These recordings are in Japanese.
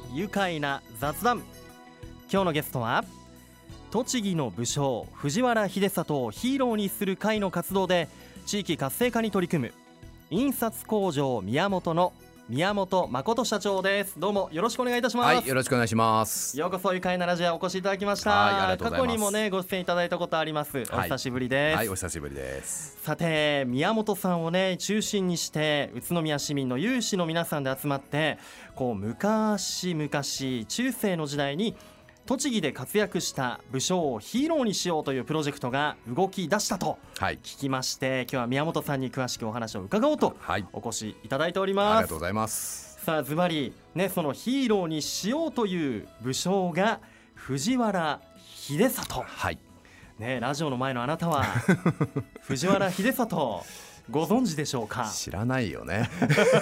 愉快な雑談。今日のゲストは栃木の武将藤原秀里をヒーローにする会の活動で地域活性化に取り組む印刷工場宮本の宮本誠社長です。どうもよろしくお願いいたします。 はい、よろしくお願いします。 ようこそ愉快なラジオお越しいただきました。 はい、ありがとうございます。 過去にもねご出演いただいたことあります。お久しぶりです。 はい、お久しぶりです。 さて宮本さんをね中心にして宇都宮市民の有志の皆さんで集まってこう昔々中世の時代に栃木で活躍した武将をヒーローにしようというプロジェクトが動き出したと聞きまして、今日は宮本さんに詳しくお話を伺おうとお越しいただいております。 ありがとうございます。 さあズバリね、そのヒーローにしようという武将が藤原秀里、 はいね、ラジオの前のあなたは藤原秀里ご存知でしょうか。 知らないよね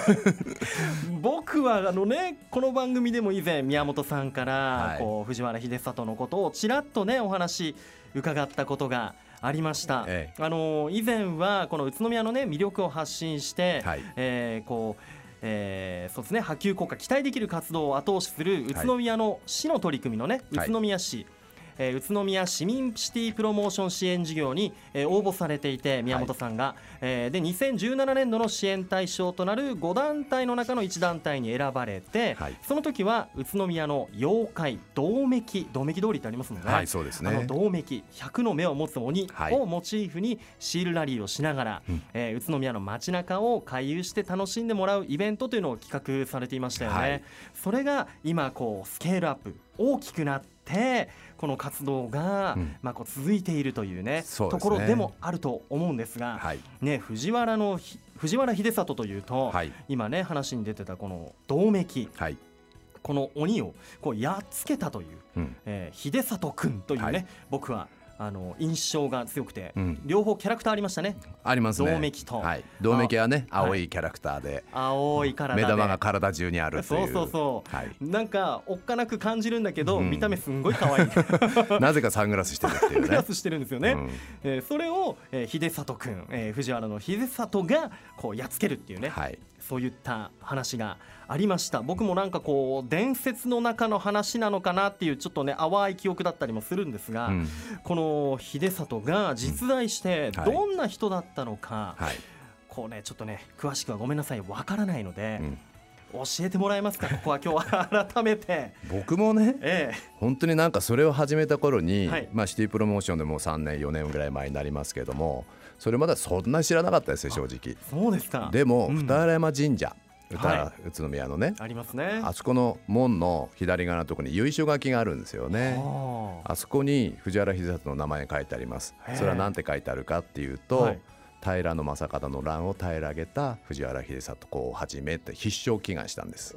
僕はこの番組でも以前宮本さんからこう藤原秀里のことをちらっとねお話伺ったことがありました。以前はこの宇都宮のね魅力を発信して、そうですね、波及効果期待できる活動を後押しする宇都宮の市の取り組みのね、宇都宮市宇都宮市民シティプロモーション支援事業に応募されていて、宮本さんがで2017年度の支援対象となる5団体の中の1団体に選ばれて、その時は宇都宮の妖怪銅めき通りってありますもんね。 はいそうですね。 銅めき100の目を持つ鬼をモチーフにシールラリーをしながら、宇都宮の街中を回遊して楽しんでもらうイベントというのを企画されていましたよね。それが今こうスケールアップ大きくなってこの活動がこう続いているというね、ところでもあると思うんですが、藤原秀里というと、今ね話に出てたこの銅めき、この鬼をこうやっつけたという、秀里くんというね、僕は印象が強くて、両方キャラクターありましたね。 ありますね。 銅めきと、 銅めきはね青いキャラクターで、 青い体で目玉が体中にあるという。 そう、なんかおっかなく感じるんだけど、見た目すんごい可愛いなぜかサングラスしてるっていうね。 サングラスしてるんですよね。それを秀里くん、藤原の秀里がこうやっつけるっていうね、そういった話がありました。僕もなんかこう伝説の中の話なのかなっていうちょっとね淡い記憶だったりもするんですが、この秀里が実在してどんな人だったのか、こうねちょっとね詳しくはごめんなさいわからないので、教えてもらえますか。ここは今日は改めて僕もね、本当になんかそれを始めた頃に、シティプロモーションでも3年4年ぐらい前になりますけれども、それまでそんなに知らなかったですよ正直。 そうですか。 でも二荒山神社、宇都宮のね、 ありますね。 あそこの門の左側のところに由緒書きがあるんですよね。あそこに藤原秀里の名前が書いてあります。それは何て書いてあるかっていうと、平将門の乱を平らげた藤原秀里公をはじめって必勝を祈願したんです。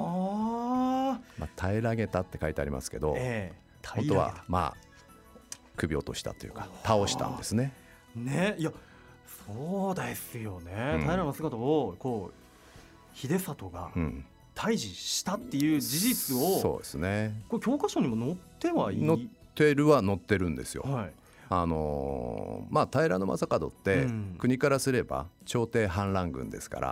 平らげたって書いてありますけど、本当は首を落としたというか倒したんですね。 いやそうですよね。平の姿をこう秀里が退治したっていう事実を、 そうですね。 これ教科書にも載って載ってるんですよ。平将門って国からすれば朝廷反乱軍ですから、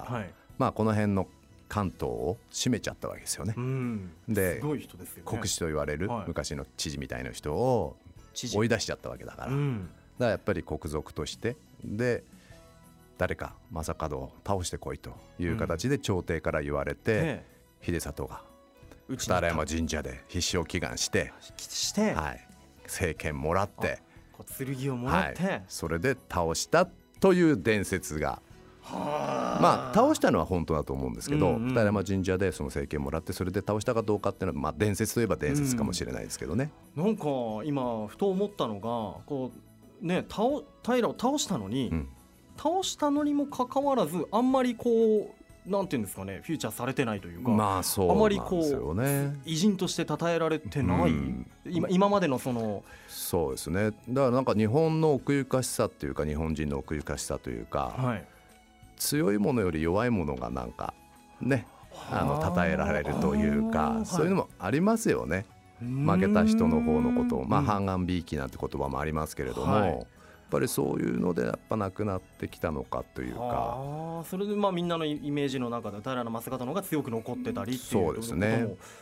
この辺の関東を占めちゃったわけですよね。で、国司と言われる昔の知事みたいな人を追い出しちゃったわけだから、だからやっぱり国賊としてで誰か正門を倒してこいという形で朝廷から言われて、秀里が二荒山神社で必勝祈願して、政権もらって剣をもらって、 それで倒したという伝説が、倒したのは本当だと思うんですけど、二荒山神社でその政権もらってそれで倒したかどうかっていうのは、伝説といえば伝説かもしれないですけどね。なんか今ふと思ったのがこうね、平を倒したのに、倒したのにもかかわらずあんまりこうなんていうんですかね、フューチャーされてないというか、 あまりこう偉人として称えられてない、今までのそうですね。だからなんか日本の奥ゆかしさっていうか、日本人の奥ゆかしさというか、強いものより弱いものがなんかね称えられるというか、そういうのもありますよね。負けた人の方のことを、半眼びいきなんて言葉もありますけれども、やっぱりそういうのでやっぱなくなってきたのかというか、 それでみんなのイメージの中で平将門の方が強く残ってたりっていうことも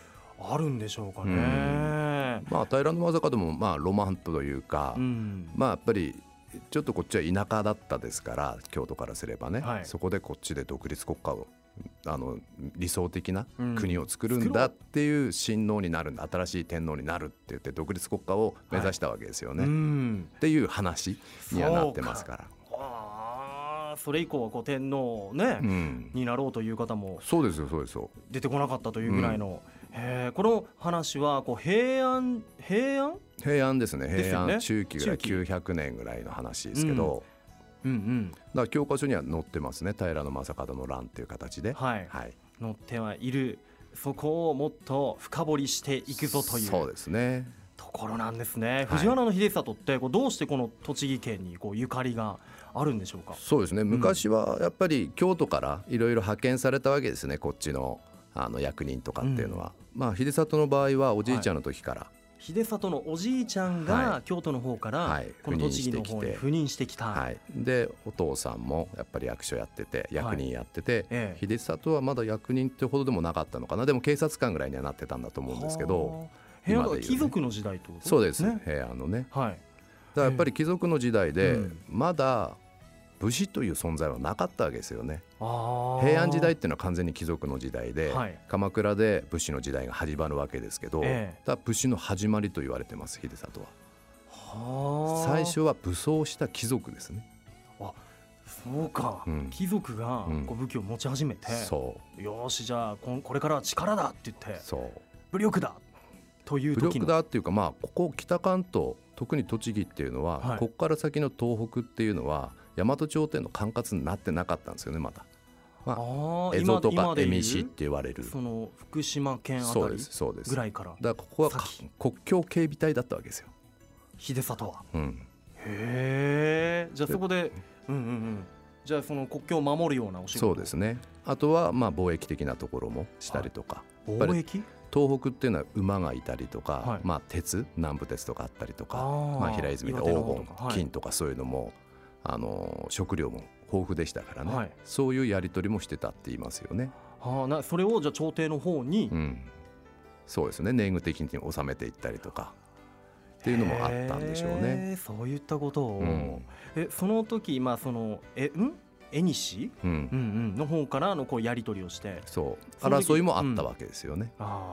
あるんでしょうかね。 まあ、平将門もまあロマンというか、まあやっぱりちょっとこっちは田舎だったですから京都からすればね、そこでこっちで独立国家を理想的な国を作るんだっていう親王になるんだ、新しい天皇になるって言って独立国家を目指したわけですよね、っていう話にはなってますから。 それ以降はこう天皇ね、になろうという方もそうですよそうですよ出てこなかったというぐらいの、この話はこう平安ですね。 平安中期ぐらい900年ぐらいの話ですけど、だから教科書には載ってますね、平将門の乱っていう形で、載ってはいる。そこをもっと深掘りしていくぞというそうですねところなんですね。藤原秀里ってどうしてこの栃木県にゆかりがあるんでしょうか。 そうですね、昔はやっぱり京都からいろいろ派遣されたわけですね、こっちの役人とかっていうのは、まあ秀里の場合はおじいちゃんの時から、 秀里のおじいちゃんが京都の方からこの栃木の方に赴任してきた、 でお父さんもやっぱり役所やってて役人やってて、秀里はまだ役人ってほどでもなかったのかな、でも警察官ぐらいにはなってたんだと思うんですけど、 平安は貴族の時代ってことですね。 そうです、平安のね、だからやっぱり貴族の時代でまだ武士という存在はなかったわけですよね。平安時代っていうのは完全に貴族の時代で、鎌倉で武士の時代が始まるわけですけど、だ武士の始まりと言われてます、秀里は。最初は武装した貴族ですね。 そうか、貴族が武器を持ち始めて、よしじゃあこれからは力だって言って武力だという時の武力だっていうか、まあここ北関東特に栃木っていうのは、ここから先の東北っていうのは大和朝廷の管轄になってなかったんですよね、まだ。蝦夷とか蝦夷って言われるその福島県あたりぐらいから、 だからここは国境警備隊だったわけですよ、 秀里は。へえ、じゃあそこでじゃあその国境を守るようなお仕事。 そうですね。あとはまあ貿易的なところもしたりとか、 貿易、 東北っていうのは馬がいたりとか、まあ鉄、南部鉄とかあったりとか、まあ平泉で黄金、金とかそういうのも食料も豊富でしたからね、そういうやり取りもしてたって言いますよね。 それをじゃあ朝廷の方に、 そうですね、年貢的に納めていったりとかっていうのもあったんでしょうね。 そういったことを、その時江西の方からのやり取りをして、 そう争いもあったわけですよね。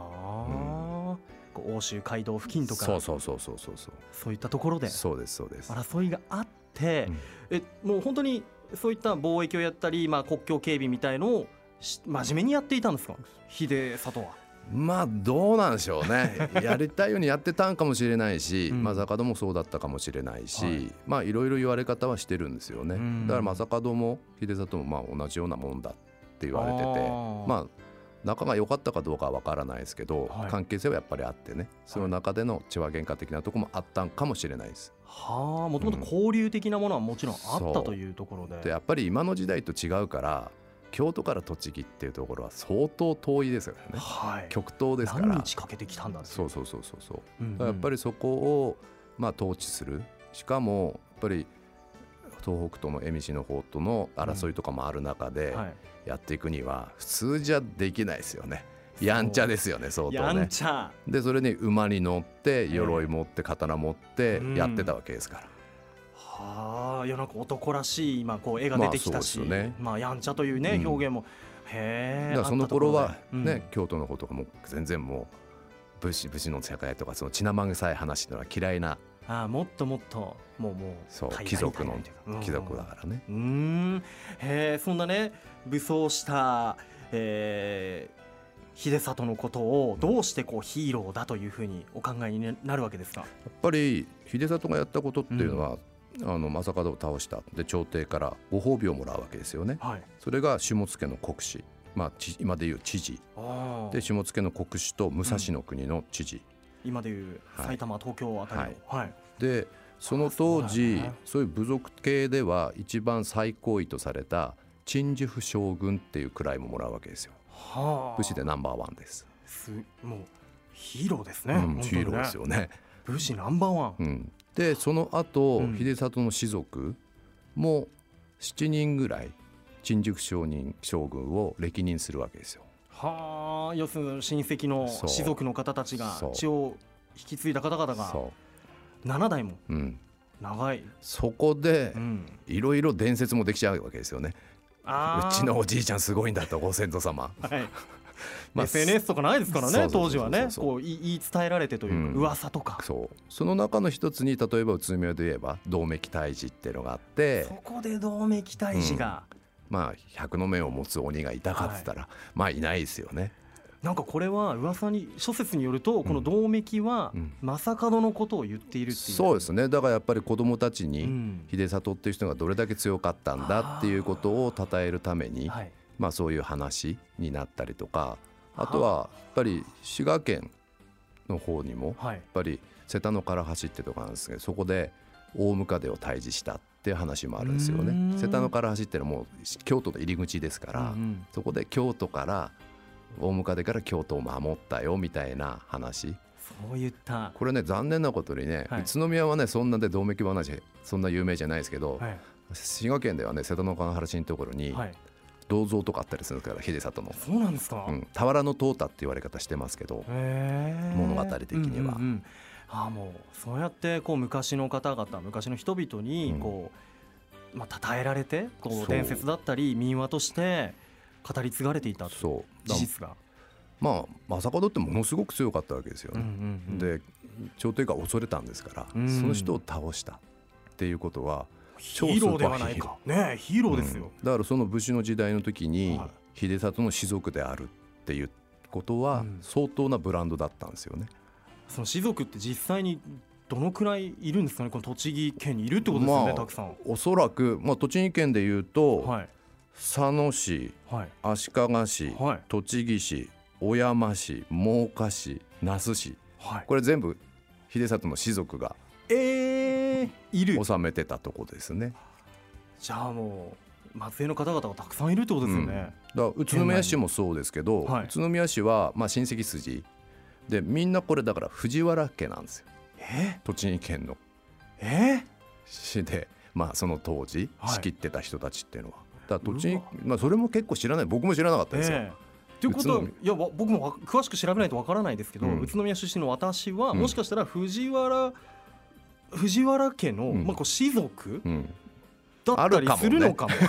奥州街道付近とか、そういったところで争いがあって、もう本当にそういった貿易をやったり、国境警備みたいのを真面目にやっていたんですか、秀里は。 まあどうなんでしょうねやりたいようにやってたんかもしれないし、将門もそうだったかもしれないし、まあいろいろ言われ方はしてるんですよね。だから将門も秀里もまあ同じようなもんだって言われてて、まあ仲が良かったかどうかは分からないですけど、関係性はやっぱりあってね、その中での血は喧嘩的なところもあったんかもしれないです。 もともと交流的なものはもちろんあったというところで、 やっぱり今の時代と違うから、京都から栃木っていうところは相当遠いですからね、極東ですから。 何日かけてきたんだ。 そうやっぱりそこを統治する、しかもやっぱり東北との蝦夷の方との争いとかもある中でやっていくには普通じゃできないですよね。やんちゃですよね、相当ね。 やんちゃで、それに馬に乗って鎧持って刀持ってやってたわけですから。 いや、なんか男らしい今絵が出てきたし、やんちゃというね、表現もだからその頃はね、京都の方とかも全然もう武士の世界とかその血生臭い話というのは嫌いな、 もっともっともう貴族だからね。 そんなね武装した秀里のことをどうしてヒーローだというふうにお考えになるわけですか。 やっぱり秀里がやったことっていうのは、将門を倒したで朝廷からご褒美をもらうわけですよね。それが下野の国司、今でいう知事で、下野の国司と武蔵の国の知事、 今でいう埼玉、東京あたりの、 でその当時そういう部族系では一番最高位とされた鎮守府将軍っていう位ももらうわけですよ。武士でナンバーワンです。 もうヒーローですね。 ヒーローですよね。 武士ナンバーワン、 でその後、秀里の士族も7人ぐらい鎮守府将軍を歴任するわけですよ。 はあ、要するに親戚の士族の方たちが血を引き継いだ方々が7代も、長い。 そこでいろいろ伝説もできちゃうわけですよね。うちのおじいちゃんすごいんだと、ご先祖様。 SNS とかないですからね、当時はね。こう言い伝えられてというか、噂とか。 その中の一つに、例えば宇都宮で言えば銅メキ退治っていうのがあって、 そこで銅メキ退治が、 100の面を持つ鬼がいたかっつったら、いないですよね。 なんかこれは噂に、諸説によると、この銅メキは正門のことを言っているっていう。 そうですね。だからやっぱり子供たちに秀里っていう人がどれだけ強かったんだっていうことを称えるために、そういう話になったりとか、あとはやっぱり滋賀県の方にもやっぱり瀬田の唐橋ってとこなんですけど、そこで大ムカデを退治したっていう話もあるんですよね。瀬田の唐橋ってのはもう京都の入り口ですから、そこで京都から大ムカデから京都を守ったよみたいな話。 そういった、 これね、残念なことにね、宇都宮はねそんなで銅メキ話そんな有名じゃないですけど、滋賀県ではね、瀬田の唐橋のところに銅像とかあったりするから、秀里の。 そうなんですか。 俵の淘汰って言われ方してますけど、物語的には。 もうそうやってこう昔の方々、昔の人々にこう、称えられて、こう伝説だったり民話として語り継がれていたという事実が。 正門ってものすごく強かったわけですよね。で、朝廷が恐れたんですから、その人を倒したっていうことはヒーローではないかね。ヒーローですよ。 だからその武士の時代の時に秀里の士族であるっていうことは相当なブランドだったんですよね。 その士族って実際にどのくらいいるんですかね。この栃木県にいるってことですよね、たくさん。 おそらく、栃木県でいうと、佐野市、足利市、栃木市、小山市、真岡市、那須市、これ全部秀里の士族がいる、 治めてたとこですね。 じゃあもう松江の方々がたくさんいるってことですよね。 だから宇都宮市もそうですけど、宇都宮市は親戚筋で、みんなこれだから藤原家なんですよ。栃木県の市で、その当時仕切ってた人たちっていうのは、だから栃木、それも結構知らない、僕も知らなかったですよ。 ということは、いや僕も詳しく調べないとわからないですけど、宇都宮出身の私は、もしかしたら藤原家の、こう士族、だったりするのかも。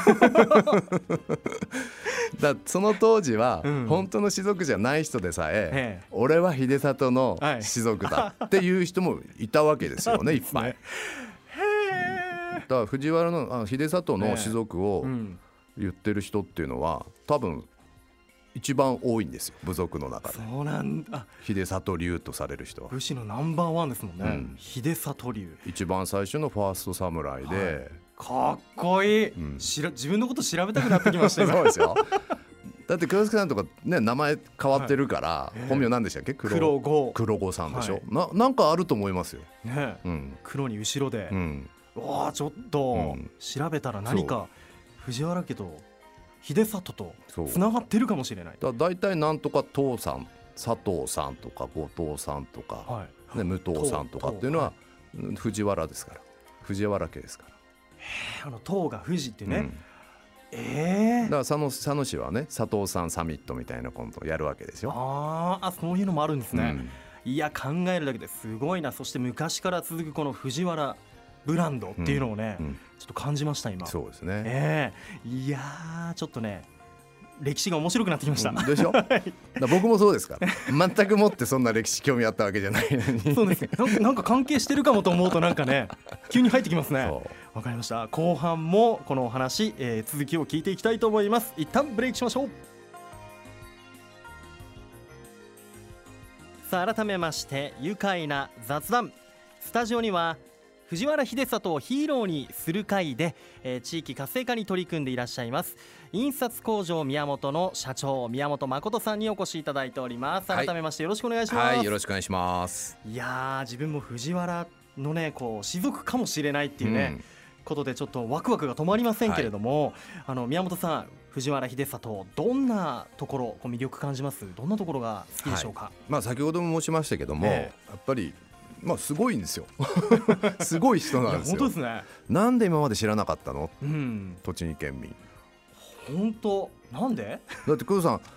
だその当時は、本当の士族じゃない人でさえ、俺は秀里の士族だっていう人もいたわけですよね、いっぱい。だから藤原の秀里の士族を言ってる人っていうのは多分一番多いんですよ、部族の中で。 そうなんだ。 秀里流とされる人は武士のナンバーワンですもんね、秀里流。 一番最初のファーストサムライで、 かっこいい、自分のこと調べたくなってきましたよ。 そうですよ。だって黒助さんとかね、名前変わってるから、本名なんでしたっけ？黒子さんでしょ。なんかあると思いますよね。 黒に後ろで、わあちょっと調べたら何か藤原家と秀里とつながってるかもしれない。 だいたいなんとか父さん、佐藤さんとか後藤さんとか、武藤さんとかっていうのは藤原ですから、藤原家ですから。 東が富士ってね、 だから佐野市はね、佐藤さんサミットみたいなコントをやるわけですよ。 そういうのもあるんですね、いや考えるだけですごいな。そして昔から続くこの藤原ブランドっていうのをね、ちょっと感じました今。 そうですね、 いやーちょっとね、歴史が面白くなってきました、 でしょ。だ僕もそうですから全くもってそんな歴史興味あったわけじゃないのに。 そうですね、なんか関係してるかもと思うとなんかね急に入ってきますね。わかりました。後半もこのお話、続きを聞いていきたいと思います。一旦ブレイクしましょう。さあ改めまして愉快な雑談。スタジオには藤原秀里をヒーローにする会で、地域活性化に取り組んでいらっしゃいます印刷工場宮本の社長宮本誠さんにお越しいただいております。改めましてよろしくお願いします。 よろしくお願いします。 いや自分も藤原のねこう士族かもしれないっていうね、ことでちょっとワクワクが止まりませんけれども、宮本さん、藤原秀里どんなところこう魅力感じます？どんなところが好きでしょうか？ 先ほども申しましたけども、やっぱりすごいんですよ。すごい人なんですよ。 本当ですね。 なんで今まで知らなかったの？栃木県民。 本当なんで？ だって工藤さん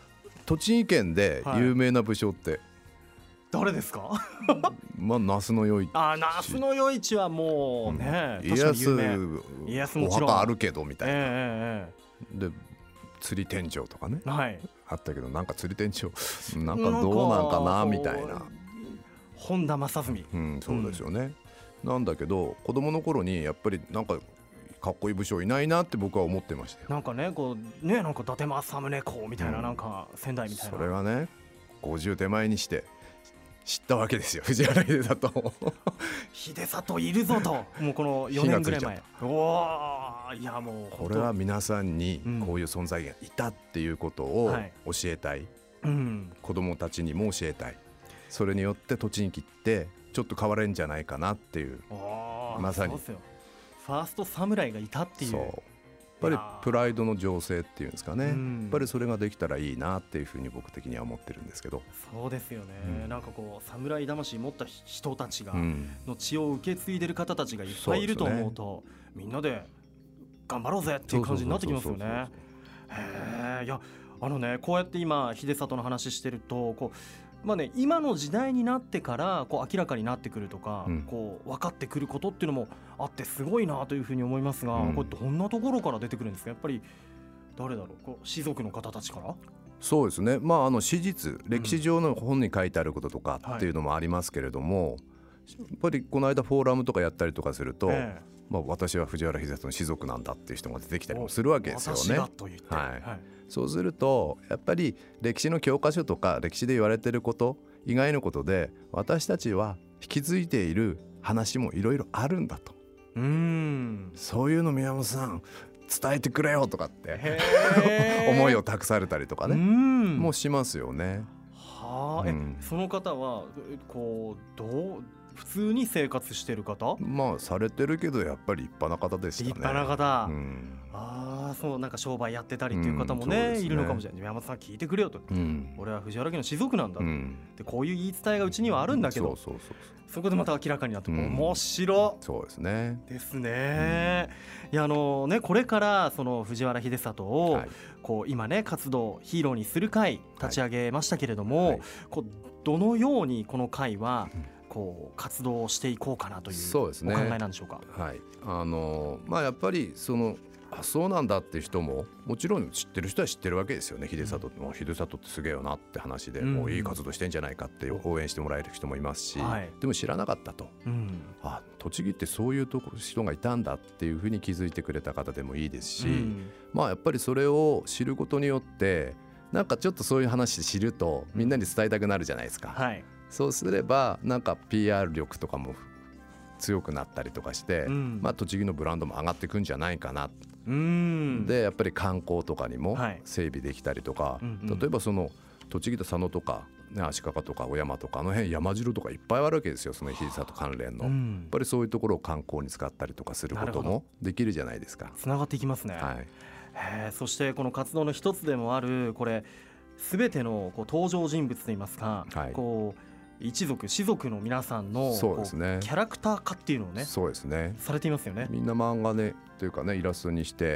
栃木県で有名な武将って、 誰ですか？ まあ那須の与一。 那須の与一はもうね、 家康お墓あるけどみたいな、で釣り天井とかね、あったけど、なんか釣り天井なんかどうなんかなみたいな、 本田正純、 そうですよね。なんだけど子供の頃にやっぱりなんかかっこいい武将いないなって僕は思ってましたよ。 なんかね、こうね、なんか伊達政宗公みたいな、なんか仙台みたいな。 それはね、50手前にして知ったわけですよ、藤原秀里。 秀里いるぞと、もうこの4年ぐらい前。いやもうこれは皆さんにこういう存在がいたっていうことを教えたい、子供たちにも教えたい。それによって栃木ってちょっと変われんじゃないかなっていう、まさにファースト侍がいたっていう。 そう、やっぱりプライドの醸成っていうんですかね、やっぱりそれができたらいいなっていうふうに僕的には思ってるんですけど。 そうですよね、なんかこう侍魂持った人たちが、の血を受け継いでる方たちがいっぱいいると思うと、みんなで頑張ろうぜっていう感じになってきますよね。いやこうやって今秀里の話してると、こう今の時代になってからこう明らかになってくるとか、こう分かってくることっていうのもあってすごいなというふうに思いますが、これどんなところから出てくるんですか？やっぱり誰だろう、こう士族の方たちから？ そうですね、史実、歴史上の本に書いてあることとかっていうのもありますけれども、やっぱりこの間フォーラムとかやったりとかすると、私は藤原秀里の士族なんだっていう人が出てきたりもするわけですよね。 私がと言って、 そうするとやっぱり歴史の教科書とか歴史で言われていること以外のことで、私たちは引き継いでいる話もいろいろあるんだと。そういうの宮本さん伝えてくれよとかって思いを託されたりとかね、もしますよね。その方はこう普通に生活してる方？ されてるけどやっぱり立派な方でしたね。 立派な方、そう、なんか商売やってたりっていう方もね、いるのかもしれない。宮本さん聞いてくれよと、俺は藤原家の士族なんだ、でこういう言い伝えがうちにはあるんだけど、そこでまた明らかになって、面白い。 そうですね。 ですね。いやこれからその藤原秀里をこう今ね活動ヒーローにする会立ち上げましたけれども、こうどのようにこの会はこう活動をしていこうかなというお考えなんでしょうか？ やっぱりそうなんだっていう人ももちろん知ってる人は知ってるわけですよね。秀里ってすげえよなって話で、もういい活動してんじゃないかって応援してもらえる人もいますし、でも知らなかったと、栃木ってそういう人がいたんだっていうふうに気づいてくれた方でもいいですし、やっぱりそれを知ることによってなんかちょっとそういう話知るとみんなに伝えたくなるじゃないですか。そうすればなんか PR 力とかも強くなったりとかして、栃木のブランドも上がっていくんじゃないかな。でやっぱり観光とかにも整備できたりとか、例えばその栃木と佐野とか、足利とか小山とか辺山城とかいっぱいあるわけですよ、その秀里関連の、やっぱりそういうところを観光に使ったりとかすることもできるじゃないですか。 つながっていきますね。そしてこの活動の一つでもあるこれ全てのこう登場人物といいますか、こう一族士族の皆さんのキャラクター化っていうのをね、されていますよね。 みんな漫画ねというかねイラストにして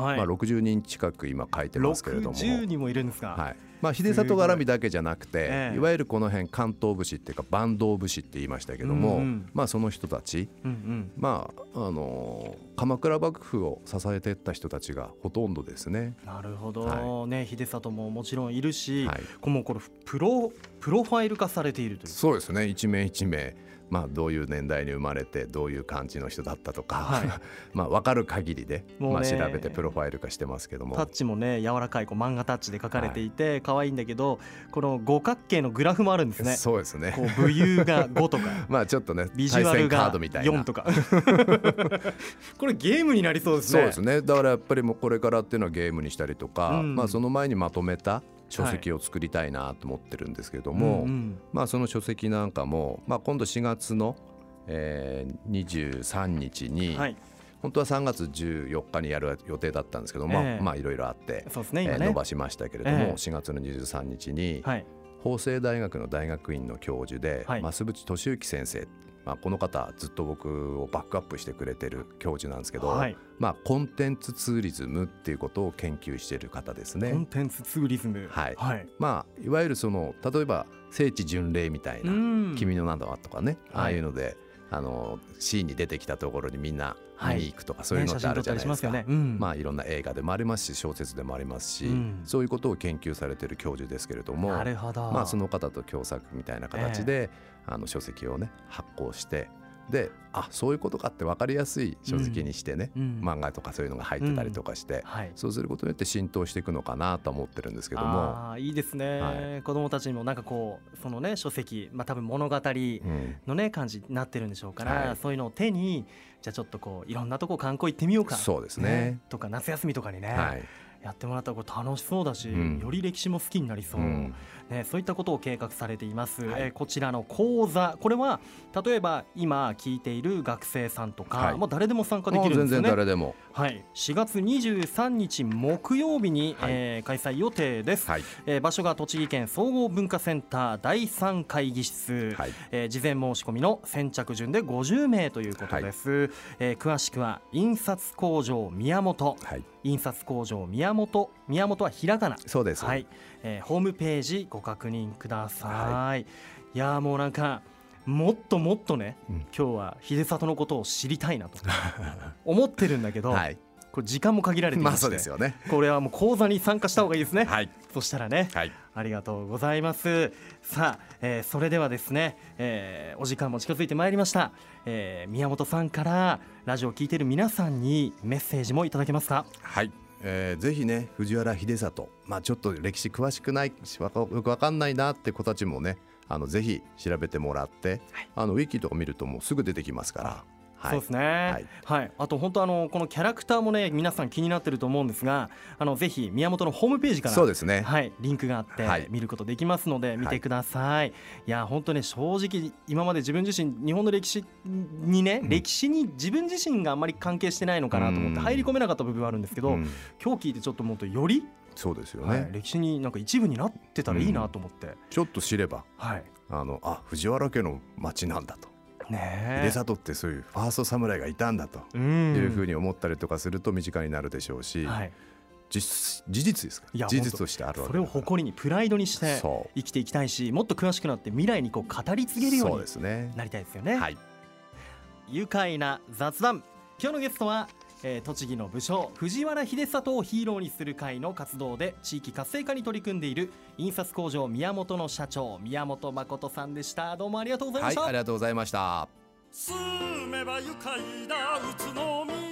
、60人近く今描いてますけれども、 60人もいるんですか？ 秀里絡みだけじゃなくて、いわゆるこの辺関東武士っていうか坂東武士って言いましたけども、その人たち、鎌倉幕府を支えていった人たちがほとんどですね。 なるほど、秀里ももちろんいるし、もうこれプロファイル化されているという。 そうですね、一名一名どういう年代に生まれてどういう感じの人だったとか、分かる限りで、調べてプロファイル化してますけども、 タッチもね柔らかい漫画タッチで描かれていて可愛いんだけど、この五角形のグラフもあるんですね。 そうですね、 こう武勇が5とかちょっとねビジュアルが4とかこれゲームになりそうですね。 そうですね、だからやっぱりもうこれからっていうのはゲームにしたりとか、その前にまとめた書籍を作りたいなと思ってるんですけども、その書籍なんかも、今度4月の、23日に、本当は3月14日にやる予定だったんですけども、いろいろあって、伸ばしましたけれども、4月の23日に、法政大学の大学院の教授で、増渕俊之先生この方ずっと僕をバックアップしてくれてる教授なんですけど、コンテンツツーリズムっていうことを研究している方ですね。 コンテンツツーリズム、 いわゆる例えば聖地巡礼みたいな君の名はとかね、ああいうのでシーンに出てきたところにみんな見に行くとか、そういうのってあるじゃないですか。いろんな映画でもありますし小説でもありますし、そういうことを研究されている教授ですけれども、その方と共作みたいな形で、書籍をね発行して、でそういうことかって分かりやすい書籍にしてね、漫画とかそういうのが入ってたりとかして、そうすることによって浸透していくのかなと思ってるんですけども。 いいですね、子どもたちにもなんかそのね書籍、多分物語のね感じになってるんでしょうから、そういうのを手にじゃあちょっといろんなとこ観光行ってみようか、 そうですね、 とか夏休みとかにね、やってもらったら楽しそうだし、より歴史も好きになりそう、そういったことを計画されています。こちらの講座、これは例えば今聞いている学生さんとか、誰でも参加できるんですよね。 全然誰でも。 4月23日木曜日に、開催予定です。場所が栃木県総合文化センター第3会議室、事前申し込みの先着順で50名ということです。詳しくは印刷工場宮本、印刷工場宮本はひらがな、 そうです。 ホームページご確認ください。いやもうなんかもっともっとね、今日は秀里のことを知りたいなと思ってるんだけど、これ時間も限られていまして、 そうですよね、 これはもう講座に参加した方がいいですね。そしたらね、ありがとうございます。さあ、それではですね、お時間も近づいてまいりました。宮本さんからラジオを聞いている皆さんにメッセージもいただけますか？ ぜひね藤原秀里、ちょっと歴史詳しくないしよく分かんないなって子たちもね、ぜひ調べてもらって、ウィキとか見るともうすぐ出てきますから。 そうですね、あと本当このキャラクターもね皆さん気になってると思うんですが、ぜひ宮本のホームページからそうですね、 リンクがあって見ることできますので見てください。いや本当ね、正直今まで自分自身日本の歴史にね、歴史に自分自身があんまり関係してないのかなと思って入り込めなかった部分はあるんですけど、今日聞いてちょっともっとよりそうですよね、 歴史になんか一部になってたらいいなと思って、 ちょっと知れば、藤原家の町なんだと、秀里ってそういうファーストサムライがいたんだというふうに思ったりとかすると身近になるでしょうし、事実ですから、事実としてあるわけだから、それを誇りにプライドにして生きていきたいし、もっと詳しくなって未来に語り継げるようになりたいですよね。愉快な雑談、今日のゲストは栃木の武将藤原秀里をヒーローにする会の活動で地域活性化に取り組んでいる印刷工場宮本の社長宮本誠さんでした。どうもありがとうございました。 ありがとうございました。 住めば愉快な宇都宮